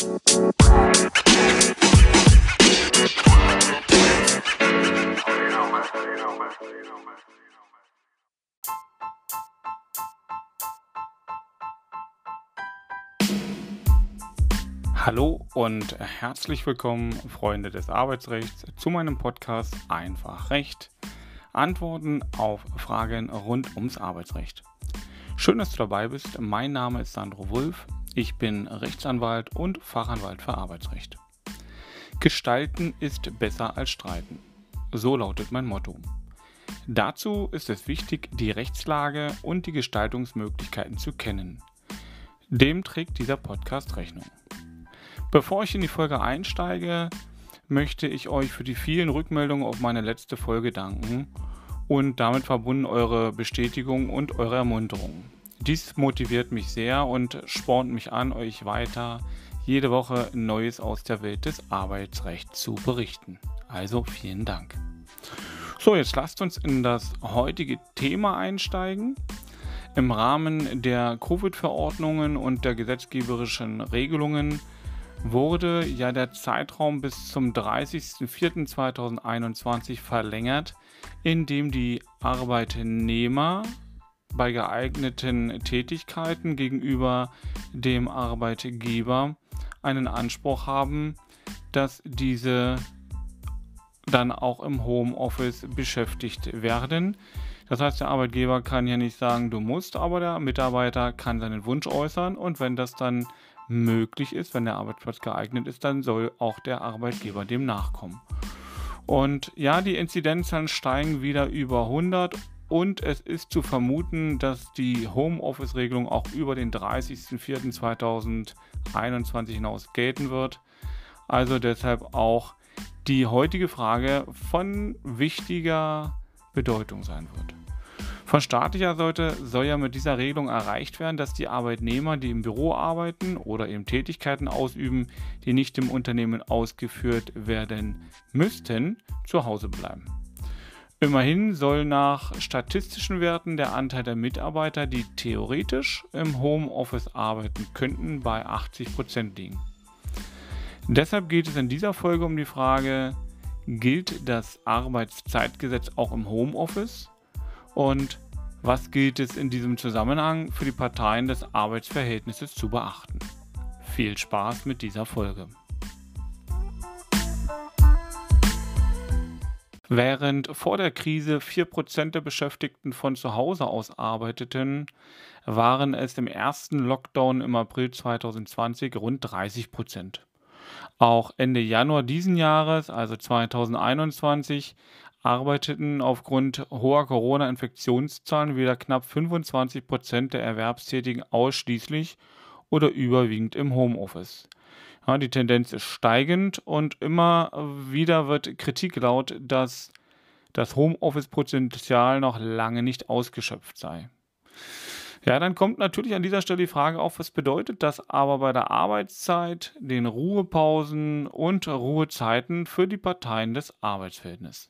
Hallo und herzlich willkommen, Freunde des Arbeitsrechts, zu meinem Podcast Einfach Recht. Antworten auf Fragen rund ums Arbeitsrecht. Schön, dass du dabei bist. Mein Name ist Sandro Wulff. Ich bin Rechtsanwalt und Fachanwalt für Arbeitsrecht. Gestalten ist besser als streiten. So lautet mein Motto. Dazu ist es wichtig, die Rechtslage und die Gestaltungsmöglichkeiten zu kennen. Dem trägt dieser Podcast Rechnung. Bevor ich in die Folge einsteige, möchte ich euch für die vielen Rückmeldungen auf meine letzte Folge danken und damit verbunden eure Bestätigung und eure Ermunterung. Dies motiviert mich sehr und spornt mich an, euch weiter jede Woche Neues aus der Welt des Arbeitsrechts zu berichten. Also vielen Dank. So, jetzt lasst uns in das heutige Thema einsteigen. Im Rahmen der Covid-Verordnungen und der gesetzgeberischen Regelungen wurde ja der Zeitraum bis zum 30.04.2021 verlängert, in dem die Arbeitnehmer bei geeigneten Tätigkeiten gegenüber dem Arbeitgeber einen Anspruch haben, dass diese dann auch im Homeoffice beschäftigt werden. Das heißt, der Arbeitgeber kann ja nicht sagen, du musst, aber der Mitarbeiter kann seinen Wunsch äußern und wenn das dann möglich ist, wenn der Arbeitsplatz geeignet ist, dann soll auch der Arbeitgeber dem nachkommen. Und ja, die Inzidenzzahlen steigen wieder über 100 und es ist zu vermuten, dass die Homeoffice-Regelung auch über den 30.04.2021 hinaus gelten wird. Also deshalb auch die heutige Frage von wichtiger Bedeutung sein wird. Von staatlicher Seite soll ja mit dieser Regelung erreicht werden, dass die Arbeitnehmer, die im Büro arbeiten oder eben Tätigkeiten ausüben, die nicht im Unternehmen ausgeführt werden müssten, zu Hause bleiben. Immerhin soll nach statistischen Werten der Anteil der Mitarbeiter, die theoretisch im Homeoffice arbeiten könnten, bei 80% liegen. Deshalb geht es in dieser Folge um die Frage, gilt das Arbeitszeitgesetz auch im Homeoffice? Und was gilt es in diesem Zusammenhang für die Parteien des Arbeitsverhältnisses zu beachten? Viel Spaß mit dieser Folge. Während vor der Krise 4% der Beschäftigten von zu Hause aus arbeiteten, waren es im ersten Lockdown im April 2020 rund 30%. Auch Ende Januar diesen Jahres, also 2021, arbeiteten aufgrund hoher Corona-Infektionszahlen wieder knapp 25% der Erwerbstätigen ausschließlich oder überwiegend im Homeoffice. Ja, die Tendenz ist steigend und immer wieder wird Kritik laut, dass das Homeoffice-Potenzial noch lange nicht ausgeschöpft sei. Ja, dann kommt natürlich an dieser Stelle die Frage auf, was bedeutet das aber bei der Arbeitszeit, den Ruhepausen und Ruhezeiten für die Parteien des Arbeitsverhältnisses?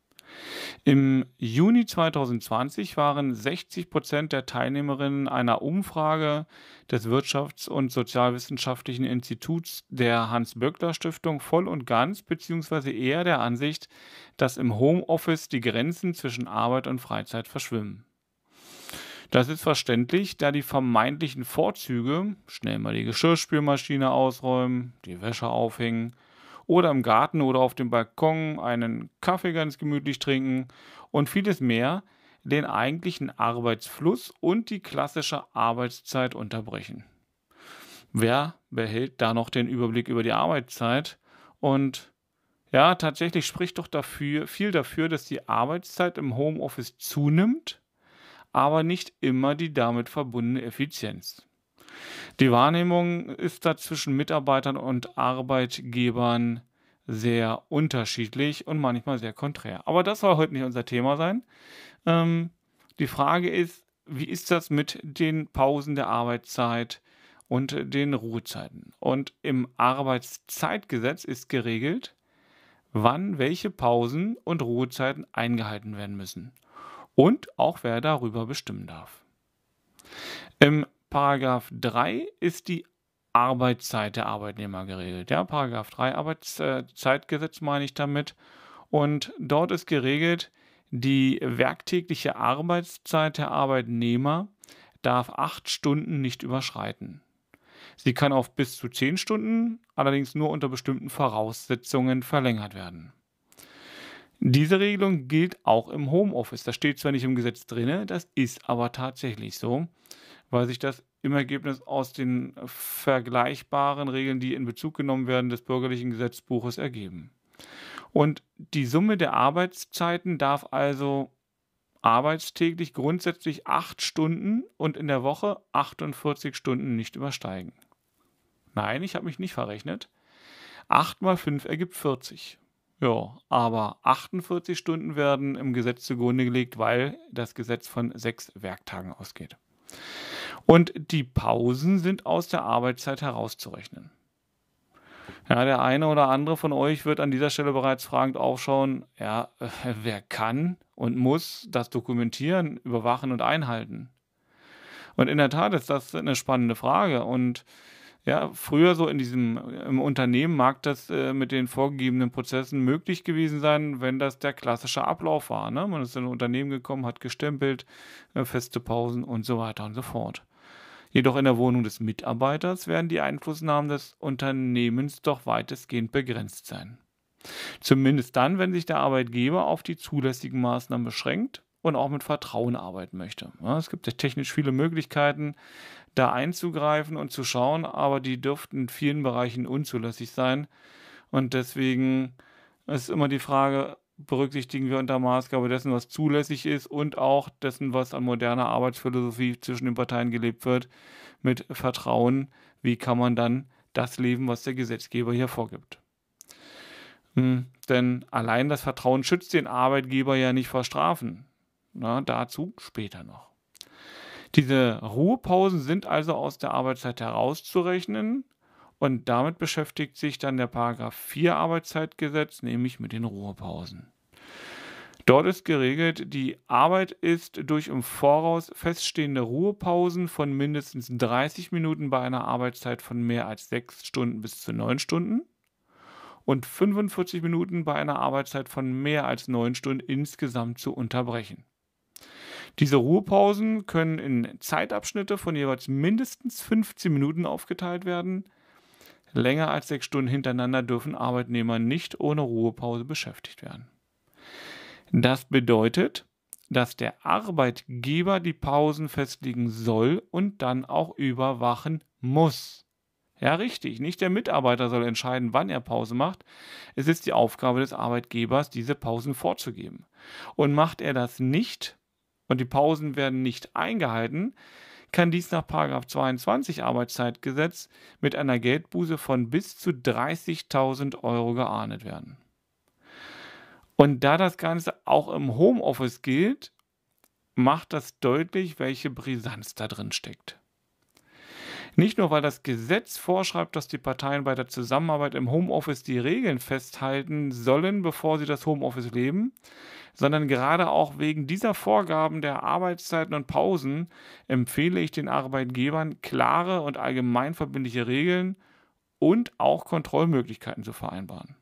Im Juni 2020 waren 60% der Teilnehmerinnen einer Umfrage des Wirtschafts- und Sozialwissenschaftlichen Instituts der Hans-Böckler-Stiftung voll und ganz bzw. eher der Ansicht, dass im Homeoffice die Grenzen zwischen Arbeit und Freizeit verschwimmen. Das ist verständlich, da die vermeintlichen Vorzüge, schnell mal die Geschirrspülmaschine ausräumen, die Wäsche aufhängen oder im Garten oder auf dem Balkon einen Kaffee ganz gemütlich trinken und vieles mehr, den eigentlichen Arbeitsfluss und die klassische Arbeitszeit unterbrechen. Wer behält da noch den Überblick über die Arbeitszeit? Und ja, tatsächlich spricht doch viel dafür, dass die Arbeitszeit im Homeoffice zunimmt, aber nicht immer die damit verbundene Effizienz. Die Wahrnehmung ist da zwischen Mitarbeitern und Arbeitgebern sehr unterschiedlich und manchmal sehr konträr. Aber das soll heute nicht unser Thema sein. Die Frage ist, wie ist das mit den Pausen der Arbeitszeit und den Ruhezeiten? Und im Arbeitszeitgesetz ist geregelt, wann welche Pausen und Ruhezeiten eingehalten werden müssen. Und auch wer darüber bestimmen darf. Im Paragraph 3 ist die Arbeitszeit der Arbeitnehmer geregelt. Ja, Paragraph 3 Arbeitszeitgesetz meine ich damit. Und dort ist geregelt, die werktägliche Arbeitszeit der Arbeitnehmer darf 8 Stunden nicht überschreiten. Sie kann auf bis zu 10 Stunden, allerdings nur unter bestimmten Voraussetzungen verlängert werden. Diese Regelung gilt auch im Homeoffice. Das steht zwar nicht im Gesetz drin, das ist aber tatsächlich so, weil sich das im Ergebnis aus den vergleichbaren Regeln, die in Bezug genommen werden, des bürgerlichen Gesetzbuches ergeben. Und die Summe der Arbeitszeiten darf also arbeitstäglich grundsätzlich 8 Stunden und in der Woche 48 Stunden nicht übersteigen. Nein, ich habe mich nicht verrechnet. 8 mal 5 ergibt 40. Ja, aber 48 Stunden werden im Gesetz zugrunde gelegt, weil das Gesetz von 6 Werktagen ausgeht. Und die Pausen sind aus der Arbeitszeit herauszurechnen. Ja, der eine oder andere von euch wird an dieser Stelle bereits fragend aufschauen, ja, wer kann und muss das dokumentieren, überwachen und einhalten? Und in der Tat ist das eine spannende Frage. Und ja, früher so im Unternehmen mag das mit den vorgegebenen Prozessen möglich gewesen sein, wenn das der klassische Ablauf war. Ne? Man ist in ein Unternehmen gekommen, hat gestempelt, feste Pausen und so weiter und so fort. Jedoch in der Wohnung des Mitarbeiters werden die Einflussnahmen des Unternehmens doch weitestgehend begrenzt sein. Zumindest dann, wenn sich der Arbeitgeber auf die zulässigen Maßnahmen beschränkt und auch mit Vertrauen arbeiten möchte. Ja, es gibt ja technisch viele Möglichkeiten, da einzugreifen und zu schauen, aber die dürften in vielen Bereichen unzulässig sein. Und deswegen ist immer die Frage, berücksichtigen wir unter Maßgabe dessen, was zulässig ist und auch dessen, was an moderner Arbeitsphilosophie zwischen den Parteien gelebt wird, mit Vertrauen, wie kann man dann das leben, was der Gesetzgeber hier vorgibt. Denn allein das Vertrauen schützt den Arbeitgeber ja nicht vor Strafen. Na, dazu später noch. Diese Ruhepausen sind also aus der Arbeitszeit herauszurechnen und damit beschäftigt sich dann der Paragraph 4 Arbeitszeitgesetz, nämlich mit den Ruhepausen. Dort ist geregelt, die Arbeit ist durch im Voraus feststehende Ruhepausen von mindestens 30 Minuten bei einer Arbeitszeit von mehr als 6 Stunden bis zu 9 Stunden und 45 Minuten bei einer Arbeitszeit von mehr als 9 Stunden insgesamt zu unterbrechen. Diese Ruhepausen können in Zeitabschnitte von jeweils mindestens 15 Minuten aufgeteilt werden. Länger als 6 Stunden hintereinander dürfen Arbeitnehmer nicht ohne Ruhepause beschäftigt werden. Das bedeutet, dass der Arbeitgeber die Pausen festlegen soll und dann auch überwachen muss. Ja, richtig, nicht der Mitarbeiter soll entscheiden, wann er Pause macht. Es ist die Aufgabe des Arbeitgebers, diese Pausen vorzugeben. Und macht er das nicht und die Pausen werden nicht eingehalten, kann dies nach § 22 Arbeitszeitgesetz mit einer Geldbuße von bis zu 30.000 Euro geahndet werden. Und da das Ganze auch im Homeoffice gilt, macht das deutlich, welche Brisanz da drin steckt. Nicht nur, weil das Gesetz vorschreibt, dass die Parteien bei der Zusammenarbeit im Homeoffice die Regeln festhalten sollen, bevor sie das Homeoffice leben, sondern gerade auch wegen dieser Vorgaben der Arbeitszeiten und Pausen empfehle ich den Arbeitgebern, klare und allgemeinverbindliche Regeln und auch Kontrollmöglichkeiten zu vereinbaren.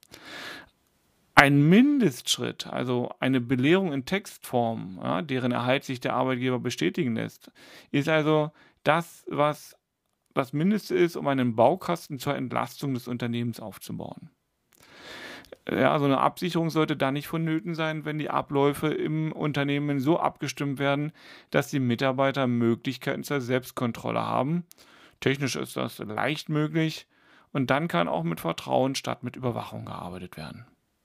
Ein Mindestschritt, also eine Belehrung in Textform, ja, deren Erhalt sich der Arbeitgeber bestätigen lässt, ist also das, was das Mindeste ist, um einen Baukasten zur Entlastung des Unternehmens aufzubauen. Ja, also eine Absicherung sollte da nicht vonnöten sein, wenn die Abläufe im Unternehmen so abgestimmt werden, dass die Mitarbeiter Möglichkeiten zur Selbstkontrolle haben. Technisch ist das leicht möglich und dann kann auch mit Vertrauen statt mit Überwachung gearbeitet werden.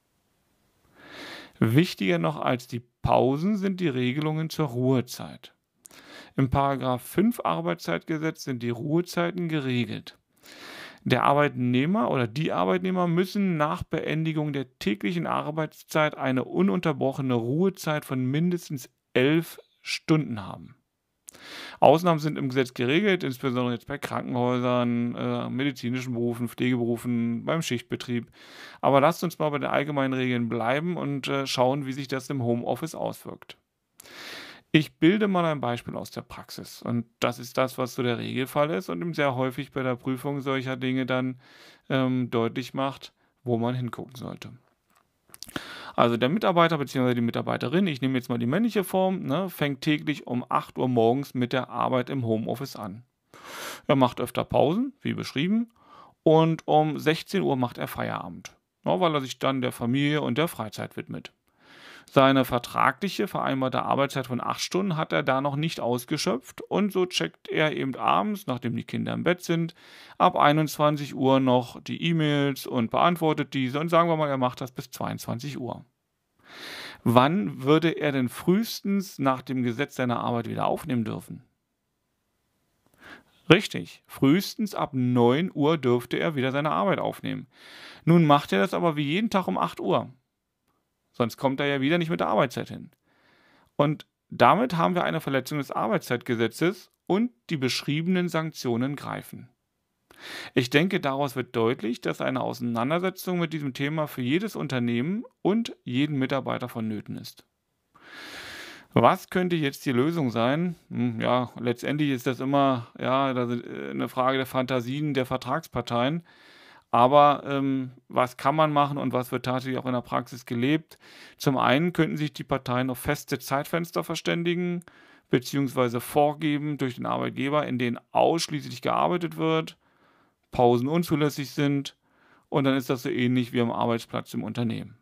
Wichtiger noch als die Pausen sind die Regelungen zur Ruhezeit. Im § 5 Arbeitszeitgesetz sind die Ruhezeiten geregelt. Der Arbeitnehmer oder die Arbeitnehmer müssen nach Beendigung der täglichen Arbeitszeit eine ununterbrochene Ruhezeit von mindestens 11 Stunden haben. Ausnahmen sind im Gesetz geregelt, insbesondere jetzt bei Krankenhäusern, medizinischen Berufen, Pflegeberufen, beim Schichtbetrieb. Aber lasst uns mal bei den allgemeinen Regeln bleiben und schauen, wie sich das im Homeoffice auswirkt. Ich bilde mal ein Beispiel aus der Praxis und das ist das, was so der Regelfall ist und eben sehr häufig bei der Prüfung solcher Dinge dann deutlich macht, wo man hingucken sollte. Also der Mitarbeiter bzw. die Mitarbeiterin, ich nehme jetzt mal die männliche Form, ne, fängt täglich um 8 Uhr morgens mit der Arbeit im Homeoffice an. Er macht öfter Pausen, wie beschrieben, und um 16 Uhr macht er Feierabend, ja, weil er sich dann der Familie und der Freizeit widmet. Seine vertragliche vereinbarte Arbeitszeit von 8 Stunden hat er da noch nicht ausgeschöpft und so checkt er eben abends, nachdem die Kinder im Bett sind, ab 21 Uhr noch die E-Mails und beantwortet diese und sagen wir mal, er macht das bis 22 Uhr. Wann würde er denn frühestens nach dem Gesetz seine Arbeit wieder aufnehmen dürfen? Richtig, frühestens ab 9 Uhr dürfte er wieder seine Arbeit aufnehmen. Nun macht er das aber wie jeden Tag um 8 Uhr. Sonst kommt er ja wieder nicht mit der Arbeitszeit hin. Und damit haben wir eine Verletzung des Arbeitszeitgesetzes und die beschriebenen Sanktionen greifen. Ich denke, daraus wird deutlich, dass eine Auseinandersetzung mit diesem Thema für jedes Unternehmen und jeden Mitarbeiter vonnöten ist. Was könnte jetzt die Lösung sein? Ja, letztendlich ist das immer eine Frage der Fantasien der Vertragsparteien. Aber was kann man machen und was wird tatsächlich auch in der Praxis gelebt? Zum einen könnten sich die Parteien auf feste Zeitfenster verständigen, beziehungsweise vorgeben durch den Arbeitgeber, in denen ausschließlich gearbeitet wird, Pausen unzulässig sind und dann ist das so ähnlich wie am Arbeitsplatz im Unternehmen.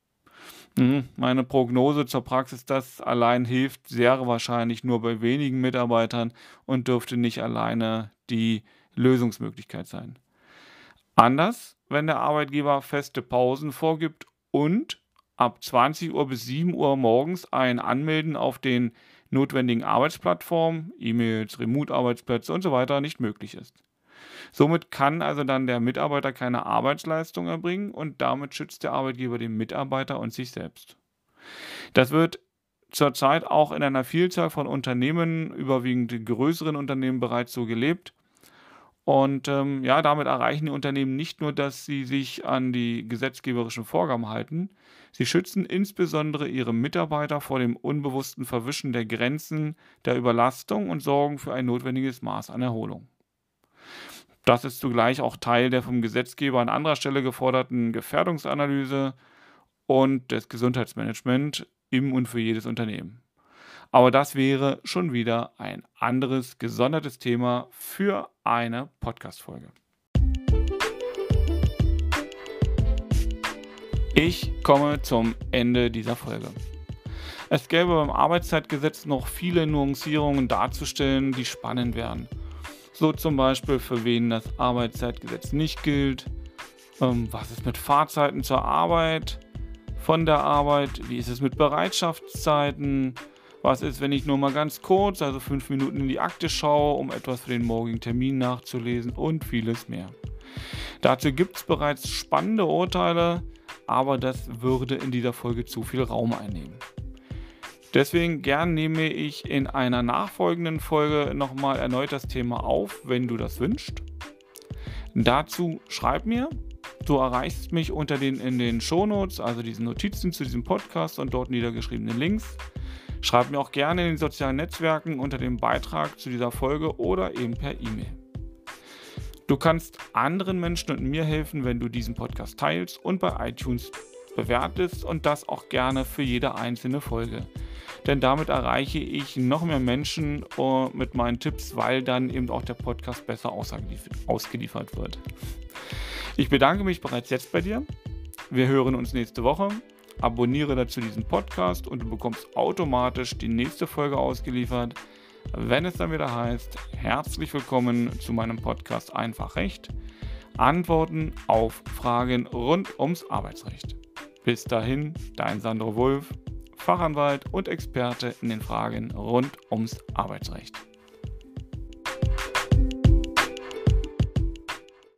Meine Prognose zur Praxis, das allein hilft sehr wahrscheinlich nur bei wenigen Mitarbeitern und dürfte nicht alleine die Lösungsmöglichkeit sein. Anders, wenn der Arbeitgeber feste Pausen vorgibt und ab 20 Uhr bis 7 Uhr morgens ein Anmelden auf den notwendigen Arbeitsplattformen, E-Mails, Remote-Arbeitsplätze und so weiter nicht möglich ist. Somit kann also dann der Mitarbeiter keine Arbeitsleistung erbringen und damit schützt der Arbeitgeber den Mitarbeiter und sich selbst. Das wird zurzeit auch in einer Vielzahl von Unternehmen, überwiegend größeren Unternehmen, bereits so gelebt. Und damit erreichen die Unternehmen nicht nur, dass sie sich an die gesetzgeberischen Vorgaben halten, sie schützen insbesondere ihre Mitarbeiter vor dem unbewussten Verwischen der Grenzen der Überlastung und sorgen für ein notwendiges Maß an Erholung. Das ist zugleich auch Teil der vom Gesetzgeber an anderer Stelle geforderten Gefährdungsanalyse und des Gesundheitsmanagements im und für jedes Unternehmen. Aber das wäre schon wieder ein anderes, gesondertes Thema für eine Podcast-Folge. Ich komme zum Ende dieser Folge. Es gäbe beim Arbeitszeitgesetz noch viele Nuancierungen darzustellen, die spannend wären. So zum Beispiel, für wen das Arbeitszeitgesetz nicht gilt, was ist mit Fahrzeiten zur Arbeit, von der Arbeit, wie ist es mit Bereitschaftszeiten, was ist, wenn ich nur mal ganz kurz, also 5 Minuten in die Akte schaue, um etwas für den morgigen Termin nachzulesen und vieles mehr. Dazu gibt es bereits spannende Urteile, aber das würde in dieser Folge zu viel Raum einnehmen. Deswegen gern nehme ich in einer nachfolgenden Folge nochmal erneut das Thema auf, wenn du das wünschst. Dazu schreib mir. Du erreichst mich unter in den Shownotes, also diesen Notizen zu diesem Podcast und dort niedergeschriebenen Links. Schreib mir auch gerne in den sozialen Netzwerken unter dem Beitrag zu dieser Folge oder eben per E-Mail. Du kannst anderen Menschen und mir helfen, wenn du diesen Podcast teilst und bei iTunes bewertest und das auch gerne für jede einzelne Folge. Denn damit erreiche ich noch mehr Menschen mit meinen Tipps, weil dann eben auch der Podcast besser ausgeliefert wird. Ich bedanke mich bereits jetzt bei dir. Wir hören uns nächste Woche. Abonniere dazu diesen Podcast und du bekommst automatisch die nächste Folge ausgeliefert, wenn es dann wieder heißt, herzlich willkommen zu meinem Podcast Einfach Recht. Antworten auf Fragen rund ums Arbeitsrecht. Bis dahin, dein Sandro Wulff, Fachanwalt und Experte in den Fragen rund ums Arbeitsrecht.